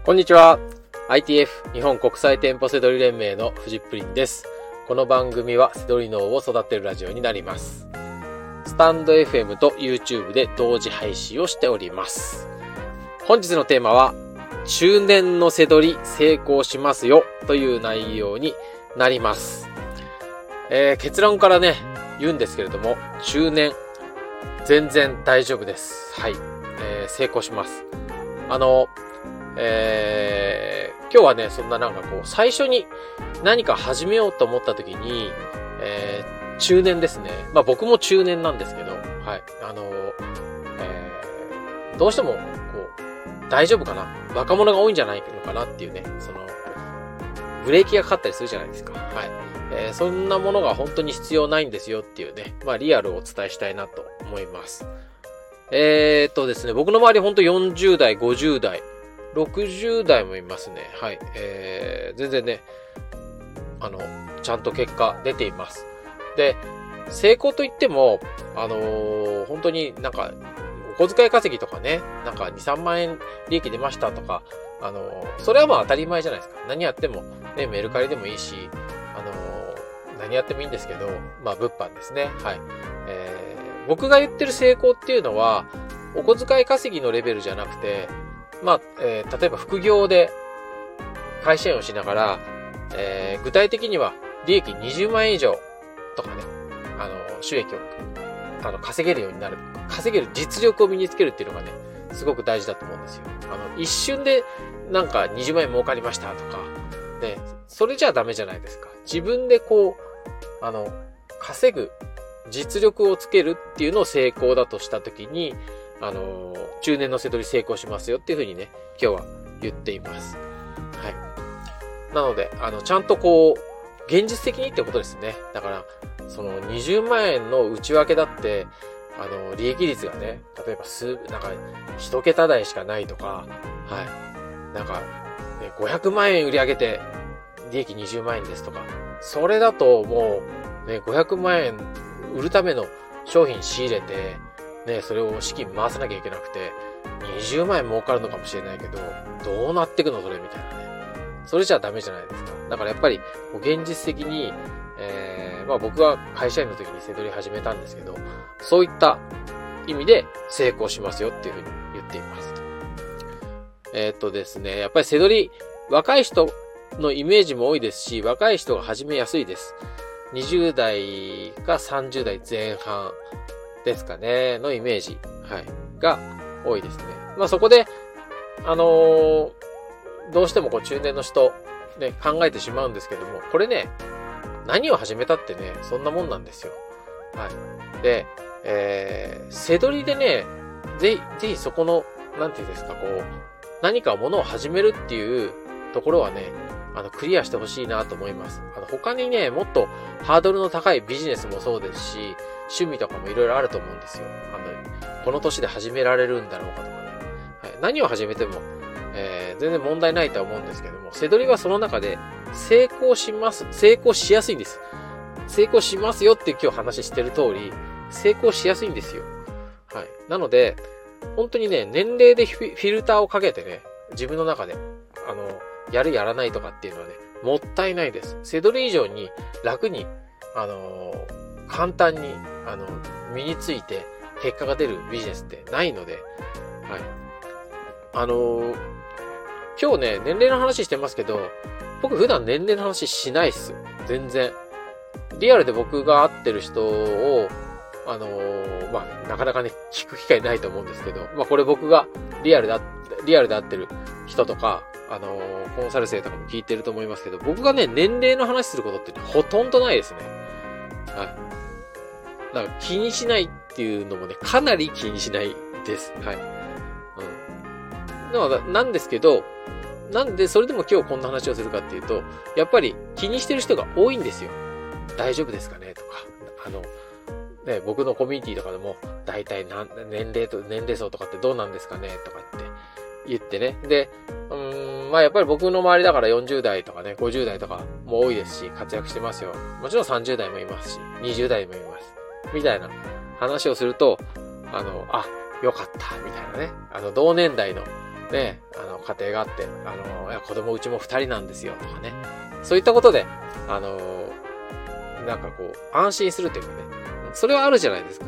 こんにちは。ITF 日本国際店舗セドリ連盟のフジップリンです。この番組はセドリ脳を育てるラジオになります。スタンド FM と YouTube で同時配信をしております。本日のテーマは中年のセドリ成功しますよという内容になります。結論からね言うんですけれども、中年全然大丈夫です。はい、成功します。今日はね、そんな最初に何か始めようと思った時に、中年ですね。まあ僕も中年なんですけど、はい。どうしても、大丈夫かな？若者が多いんじゃないのかなっていうね、ブレーキがかかったりするじゃないですか。はい。そんなものが本当に必要ないんですよっていうね、まあリアルをお伝えしたいなと思います。ですね、僕の周り本当40代、50代、60代もいますね。はい。全然ね、ちゃんと結果出ています。で、成功といっても、本当にお小遣い稼ぎとかね、2、3万円利益出ましたとか、それはまあ当たり前じゃないですか。何やっても、ね、メルカリでもいいし、何やってもいいんですけど、まあ物販ですね。はい。僕が言ってる成功っていうのは、お小遣い稼ぎのレベルじゃなくて、まあ、例えば副業で会社員をしながら、具体的には利益20万円以上とかね、収益を、稼げるようになる。稼げる実力を身につけるっていうのがね、すごく大事だと思うんですよ。一瞬で20万円儲かりましたとか、ね、それじゃダメじゃないですか。自分で稼ぐ実力をつけるっていうのを成功だとしたときに、中年のセドリ成功しますよっていうふうにね、今日は言っています。はい。なので、ちゃんと現実的にってことですね。だから、20万円の内訳だって、利益率がね、例えば一桁台しかないとか、はい。500万円売り上げて、利益20万円ですとか、それだともう、ね、500万円売るための商品仕入れて、ね、それを資金回さなきゃいけなくて、20万円儲かるのかもしれないけど、どうなってくのそれみたいなね。それじゃダメじゃないですか。だからやっぱり、現実的に、まあ僕は会社員の時にセドリ始めたんですけど、そういった意味で成功しますよっていうふうに言っています。ですね、やっぱりセドリ、若い人のイメージも多いですし、若い人が始めやすいです。20代か30代前半ですかね、のイメージ、はい、が多いですね。まあそこで、どうしても中年の人、ね、考えてしまうんですけども、これね、何を始めたってね、そんなもんなんですよ。はい。で、セドリでね、ぜひそこの、なんていうんですか、何かものを始めるっていうところはね、クリアしてほしいなと思います。他にね、もっとハードルの高いビジネスもそうですし、趣味とかもいろいろあると思うんですよ。この年で始められるんだろうかとかね。はい、何を始めても、全然問題ないとは思うんですけども、セドリはその中で成功しやすいんです。成功しますよって今日話してる通り、成功しやすいんですよ。はい。なので、本当にね、年齢でフィルターをかけてね、自分の中で、やるやらないとかっていうのはね、もったいないです。セドリ以上に楽に、簡単に、身について結果が出るビジネスってないので、はい。今日ね、年齢の話してますけど、僕普段年齢の話しないっす。全然。リアルで僕が会ってる人を、まあ、なかなかね、聞く機会ないと思うんですけど、まあ、これ僕がリアルで会ってる人とか、コンサル生とかも聞いてると思いますけど、僕がね、年齢の話することって、ね、ほとんどないですね。はい。だから気にしないっていうのもね、かなり気にしないです。はい。うん。なんですけど、なんでそれでも今日こんな話をするかっていうと、やっぱり気にしてる人が多いんですよ。大丈夫ですかねとか、ね、僕のコミュニティとかでも、だいたい年齢層とかってどうなんですかねとかって言ってね。で、まあやっぱり僕の周りだから40代とかね、50代とかも多いですし、活躍してますよ。もちろん30代もいますし、20代もいます。みたいな話をすると、よかった、みたいなね。同年代のね、家庭があって、いや子供うちも2人なんですよとかね。そういったことで、なんかこう、安心するというかね。それはあるじゃないですか。はい。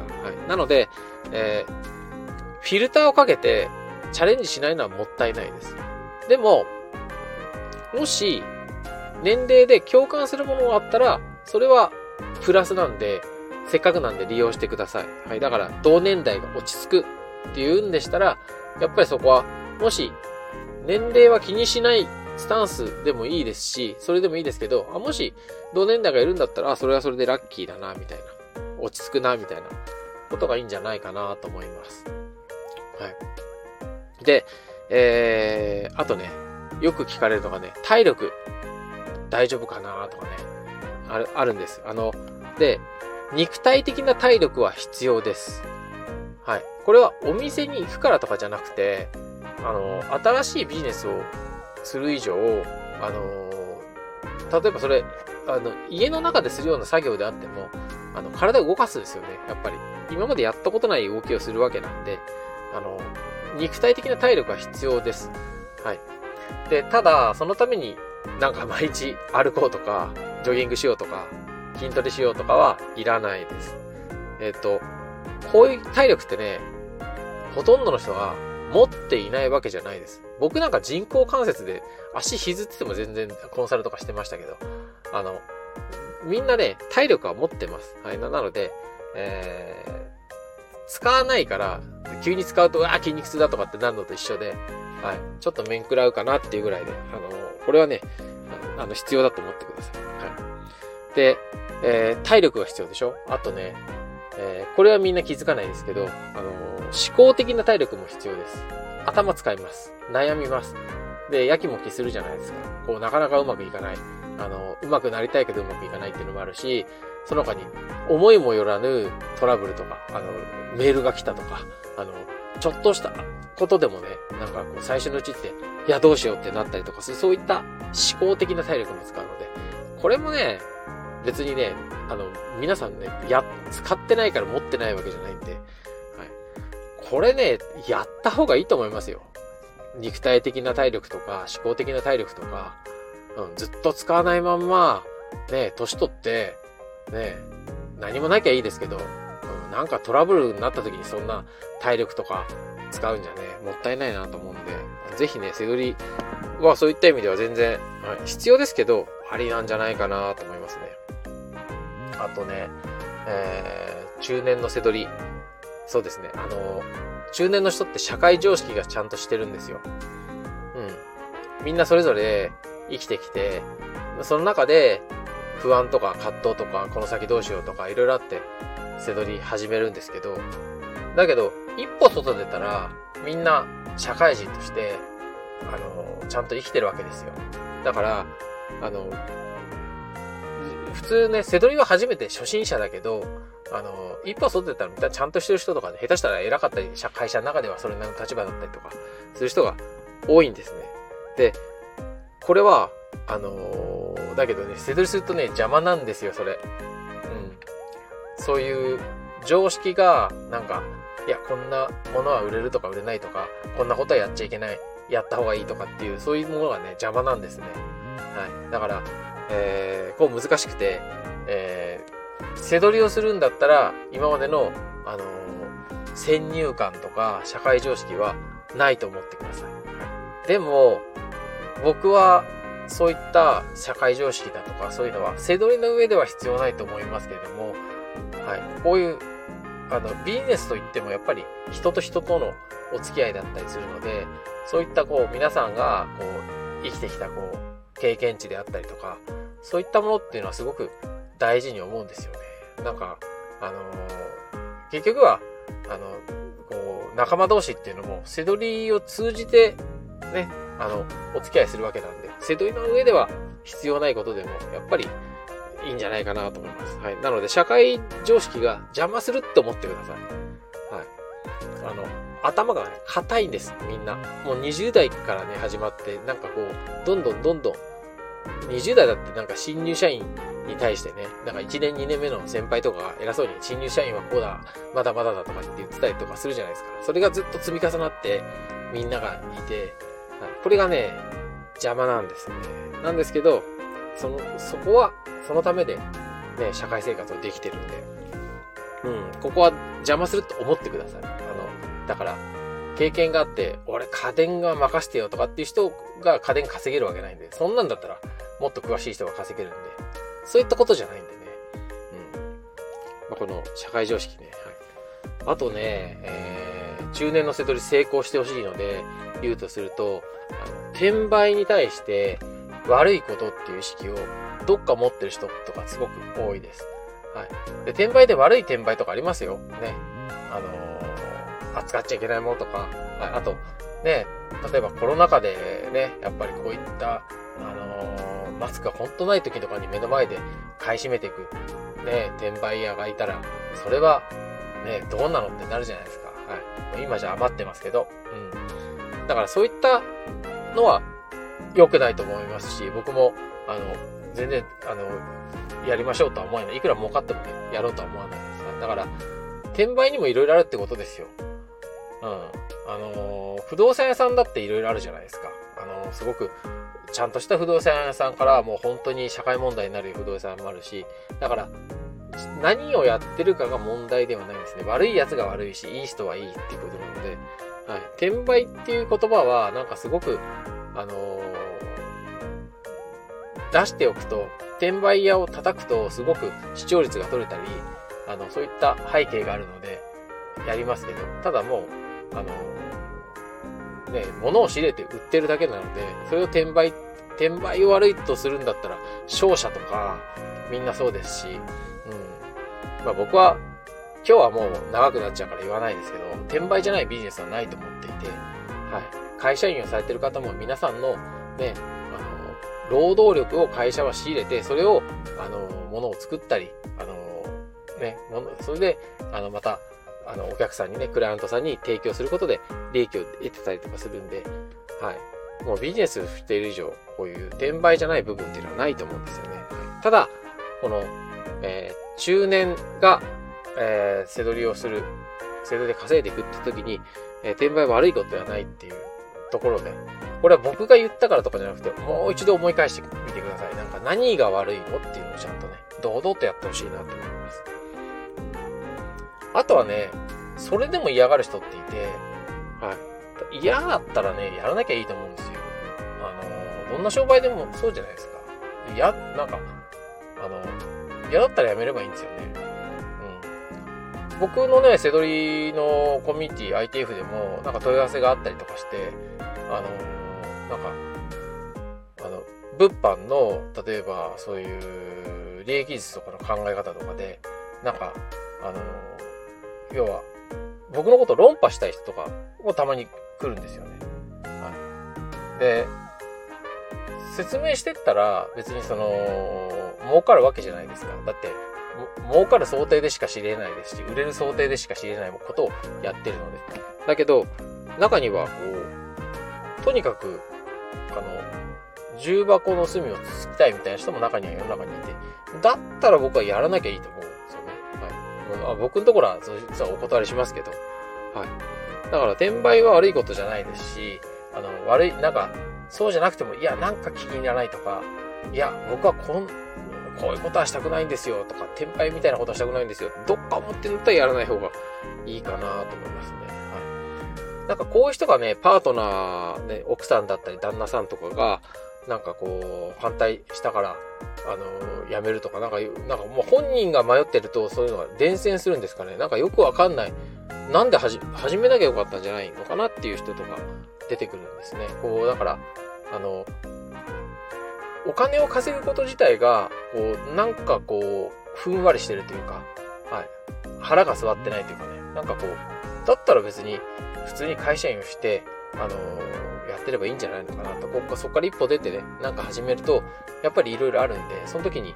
なので、フィルターをかけてチャレンジしないのはもったいないです。でも、もし、年齢で共感するものがあったら、それはプラスなんで、せっかくなんで利用してください。はい。だから、同年代が落ち着くっていうんでしたら、やっぱりそこは、もし、年齢は気にしないスタンスでもいいですし、それでもいいですけど、もし、同年代がいるんだったら、それはそれでラッキーだな、みたいな。落ち着くな、みたいなことがいいんじゃないかなと思います。はい。で、あとね、よく聞かれるのがね、体力、大丈夫かなとかね、あるんです。で、肉体的な体力は必要です。はい。これはお店に行くからとかじゃなくて、新しいビジネスをする以上、例えばそれ、家の中でするような作業であっても、体を動かすですよね。やっぱり。今までやったことない動きをするわけなんで、肉体的な体力は必要です。はい。で、ただ、そのためになんか毎日歩こうとか、ジョギングしようとか、筋トレしようとかはいらないです。こういう体力ってね、ほとんどの人は持っていないわけじゃないです。僕なんか人工関節で足引きずってても全然コンサルとかしてましたけど、みんなね、体力は持ってます。はい。なので、使わないから、急に使うと、筋肉痛だとかってなるのと一緒で、はい。ちょっと面食らうかなっていうぐらいで、これはね、必要だと思ってください。はい。で、体力が必要でしょ？あとね、これはみんな気づかないですけど、思考的な体力も必要です。頭使います。悩みます。で、やきもきするじゃないですか。こう、なかなかうまくいかない。うまくなりたいけどうまくいかないっていうのもあるし、その他に思いもよらぬトラブルとか、メールが来たとか、ちょっとしたことでもね、なんかこう最初のうちって、いやどうしようってなったりとかする、そういった思考的な体力も使うので、これもね、別にね、皆さんね、使ってないから持ってないわけじゃないんで、はい。これね、やった方がいいと思いますよ。肉体的な体力とか、思考的な体力とか、ずっと使わないまんま、ね、年取って、ね、何もなきゃいいですけど、なんかトラブルになった時にそんな体力とか使うんじゃね、もったいないなと思うんで、ぜひね、背取りはそういった意味では全然、必要ですけど、ありなんじゃないかなと思いますね。あとね、中年の背取り。そうですね。中年の人って社会常識がちゃんとしてるんですよ。みんなそれぞれ生きてきて、その中で不安とか葛藤とか、この先どうしようとか、いろいろあって、背取り始めるんですけど、だけど、一歩外出たら、みんな社会人として、ちゃんと生きてるわけですよ。だから、普通ね、背取りは初めて初心者だけど、一歩外出たらみんなちゃんとしてる人とかね、下手したら偉かったり、会社の中ではそれなりの立場だったりとか、する人が多いんですね。で、これは、だけどね、背取りするとね、邪魔なんですよ、それ。そういう常識が、なんか、いや、こんなものは売れるとか売れないとか、こんなことはやっちゃいけない、やった方がいいとかっていう、そういうものがね、邪魔なんですね。はい。だから、こう難しくて、背取りをするんだったら、今までの、先入観とか社会常識はないと思ってください。はい、でも、僕は、そういった社会常識だとか、そういうのは、背取りの上では必要ないと思いますけれども、はい。こういう、ビジネスといってもやっぱり人と人とのお付き合いだったりするので、そういったこう、皆さんが、こう、生きてきたこう、経験値であったりとか、そういったものっていうのはすごく大事に思うんですよね。なんか、結局は、こう、仲間同士っていうのも、背取りを通じて、ね、お付き合いするわけなんで、背取りの上では必要ないことでも、やっぱりいいんじゃないかなと思います。はい。なので、社会常識が邪魔するって思ってください。はい。頭がね、硬いんです、みんな。もう20代からね、始まって、なんかこう、どんどん、20代だってなんか新入社員に対してね、なんか1年2年目の先輩とかが偉そうに新入社員はこうだ、まだまだだとかって言ってたりとかするじゃないですか。それがずっと積み重なってみんながいて、これがね、邪魔なんですよね。なんですけど、そこは、そのためで、ね、社会生活をできてるんで、ここは邪魔すると思ってください。だから、経験があって、俺家電が任してよとかっていう人が家電稼げるわけないんで、そんなんだったらもっと詳しい人が稼げるんで、そういったことじゃないんでね。この社会常識ね。はい、あとね、中年の瀬取り成功してほしいので、言うとすると、転売に対して悪いことっていう意識をどっか持ってる人とかすごく多いです。はい。で、転売で悪い転売とかありますよ。ね。扱っちゃいけないものとか、はい、あと、ね、例えばコロナ禍でね、やっぱりこういった、マスクが本当ない時とかに目の前で買い占めていく、ね、転売屋がいたら、それは、ね、どうなのってなるじゃないですか。はい。今じゃ余ってますけど、だからそういったのは良くないと思いますし、僕も、全然、やりましょうとは思わない。いくら儲かってもね、やろうとは思わないです。だから、転売にもいろいろあるってことですよ。不動産屋さんだっていろいろあるじゃないですか。すごく、ちゃんとした不動産屋さんからもう本当に社会問題になる不動産もあるし、だから、何をやってるかが問題ではないんですね。悪いやつが悪いし、いい人はいいっていうことなので、はい。転売っていう言葉は、なんかすごく、出しておくと、転売屋を叩くとすごく視聴率が取れたり、そういった背景があるので、やりますけど、ただもう、物を仕入れて売ってるだけなので、それを転売を悪いとするんだったら、商社とか、みんなそうですし、僕は、今日はもう長くなっちゃうから言わないですけど、転売じゃないビジネスはないと思っていて、はい。会社員をされてる方も皆さんの、ね、労働力を会社は仕入れて、それを、物を作ったり、それで、また、お客さんにね、クライアントさんに提供することで利益を得てたりとかするんで、はい。もうビジネスをしている以上、こういう転売じゃない部分っていうのはないと思うんですよね。ただ、この、中年が、背取りをする、背取りで稼いでいくって時に、転売は悪いことではないっていうところで、これは僕が言ったからとかじゃなくて、もう一度思い返してみてください。なんか何が悪いのっていうのをちゃんとね、堂々とやってほしいなと思います。あとはね、それでも嫌がる人っていて、はい。嫌だったらね、やらなきゃいいと思うんですよ。どんな商売でもそうじゃないですか。嫌だったらやめればいいんですよね。僕のね、背取りのコミュニティ ITF でも、なんか問い合わせがあったりとかして、物販の、例えばそういう利益率とかの考え方とかで、要は、僕のことを論破したい人とかもたまに来るんですよね。はい。で、説明してったら別に儲かるわけじゃないですか。だって、儲かる想定でしか知れないですし、売れる想定でしか知れないことをやってるので。だけど、中には、とにかく、重箱の隅をつつきたいみたいな人も中には世の中にいて、だったら僕はやらなきゃいいと思うんですよね。はい。僕のところは実はお断りしますけど、はい。だから転売は悪いことじゃないですし、そうじゃなくても、いや、なんか気に入らないとか、いや、僕はこういうことはしたくないんですよとか、転売みたいなことはしたくないんですよ。どっか思ってるんだったらやらない方がいいかなと思いますね。はい。なんかこういう人がね、パートナー、ね、奥さんだったり旦那さんとかが、なんかこう、反対したから、辞めるとか、なんかもう本人が迷ってると、そういうのが伝染するんですかね。なんかよくわかんない。なんで始めなきゃよかったんじゃないのかなっていう人とか出てくるんですね。だから、お金を稼ぐこと自体が、ふんわりしてるというか、はい。腹が据わってないというかね。だったら別に、普通に会社員をして、やってればいいんじゃないのかなと。そこから一歩出てね、始めると、やっぱりいろいろあるんで、その時に、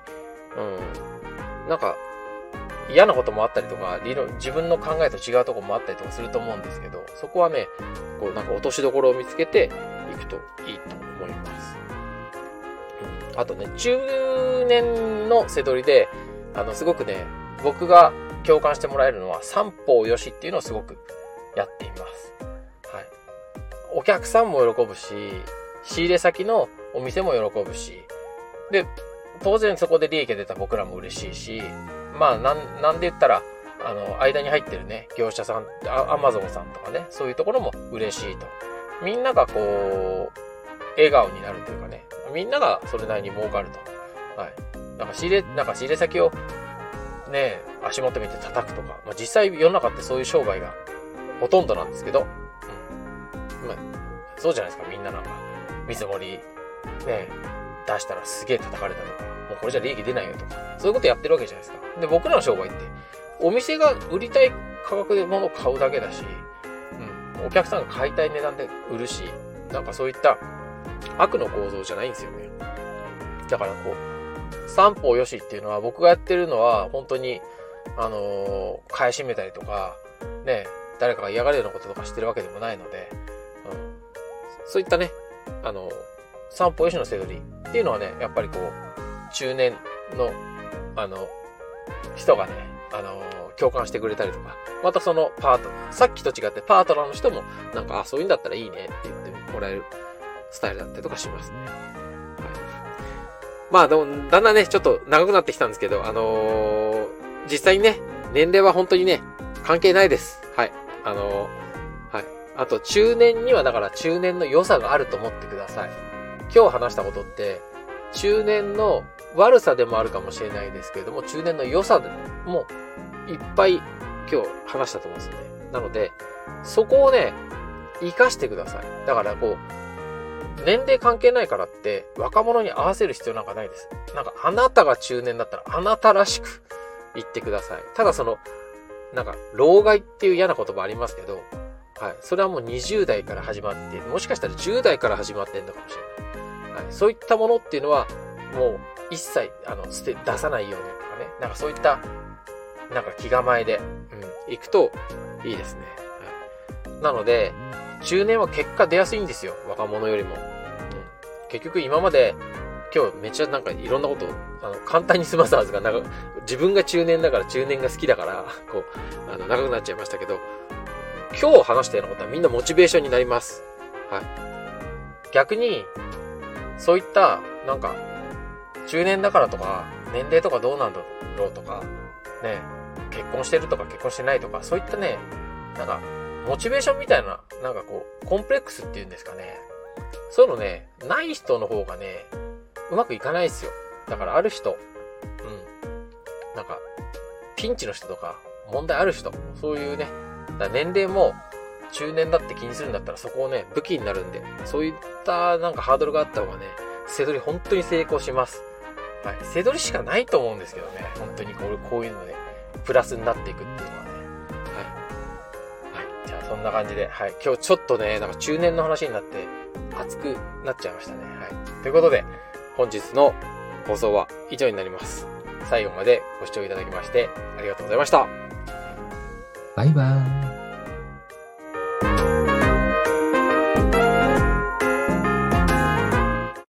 嫌なこともあったりとか、自分の考えと違うところもあったりとかすると思うんですけど、そこはね、落としどころを見つけていくといいと思います。 あとね、中年の瀬取りで、すごくね、僕が共感してもらえるのは、三方よしっていうのをすごくやっています。はい。お客さんも喜ぶし、仕入れ先のお店も喜ぶし、で、当然そこで利益が出た僕らも嬉しいし、まあ、なんで言ったら、間に入ってるね、業者さん、アマゾンさんとかね、そういうところも嬉しいと。みんながこう、笑顔になるというかね、みんながそれなりに儲かると。はい。なんか仕入れ先をね、足元見て叩くとか、まあ、実際世の中ってそういう商売がほとんどなんですけど、まあ、そうじゃないですか、みんななんか、見積もり、ね、出したらすげえ叩かれたとか、もうこれじゃ利益出ないよとか、そういうことやってるわけじゃないですか。で、僕らの商売って、お店が売りたい価格で物を買うだけだし、お客さんが買いたい値段で売るし、なんかそういった悪の構造じゃないんですよね。だからこう、三方よしっていうのは僕がやってるのは本当に、買い占めたりとか、ね、誰かが嫌がるようなこととかしてるわけでもないので、そういったね、三方よしの瀬取りっていうのはね、やっぱりこう、中年の、人がね、共感してくれたりとか、またそのパートナー、さっきと違ってパートナーの人も、なんか、そういうんだったらいいねって言ってもらえるスタイルだったりとかしますね。はい。まあ、でも、だんだんね、ちょっと長くなってきたんですけど、実際にね、年齢は本当にね、関係ないです。はい。はい。あと、中年にはだから中年の良さがあると思ってください。今日話したことって、中年の悪さでもあるかもしれないですけれども、中年の良さでもいっぱい今日話したと思うんですよね。なので、そこをね、活かしてください。だからこう、年齢関係ないからって若者に合わせる必要なんかないです。なんかあなたが中年だったらあなたらしく言ってください。ただその、なんか老害っていう嫌な言葉ありますけど、はい。それはもう20代から始まって、もしかしたら10代から始まってんのかもしれない。はい。そういったものっていうのは、もう一切、出さないようにとかね。なんかそういった、なんか気構えで、行くといいですね。はい。なので、中年は結果出やすいんですよ。若者よりも。結局今まで、今日めっちゃなんかいろんなことを、簡単に済ますはずが、なんか、自分が中年だから中年が好きだから、こう、長くなっちゃいましたけど、今日話したようなことはみんなモチベーションになります。はい。逆に、そういった、なんか、中年だからとか、年齢とかどうなんだろうとか、ね、結婚してるとか結婚してないとか、そういったね、なんか、モチベーションみたいな、なんかこう、コンプレックスっていうんですかね。そういうのね、ない人の方がね、うまくいかないですよ。だからある人、なんか、ピンチの人とか、問題ある人、そういうね、だ年齢も中年だって気にするんだったらそこをね、武器になるんで、そういったなんかハードルがあった方がね、背取り本当に成功します。はい。背取りしかないと思うんですけどね、本当にこういうので、プラスになっていくっていうのはね。はい。はい。じゃあそんな感じで、はい。今日ちょっとね、なんか中年の話になって、熱くなっちゃいましたね。はい。ということで、本日の放送は以上になります。最後までご視聴いただきましてありがとうございました。 バイバーイ。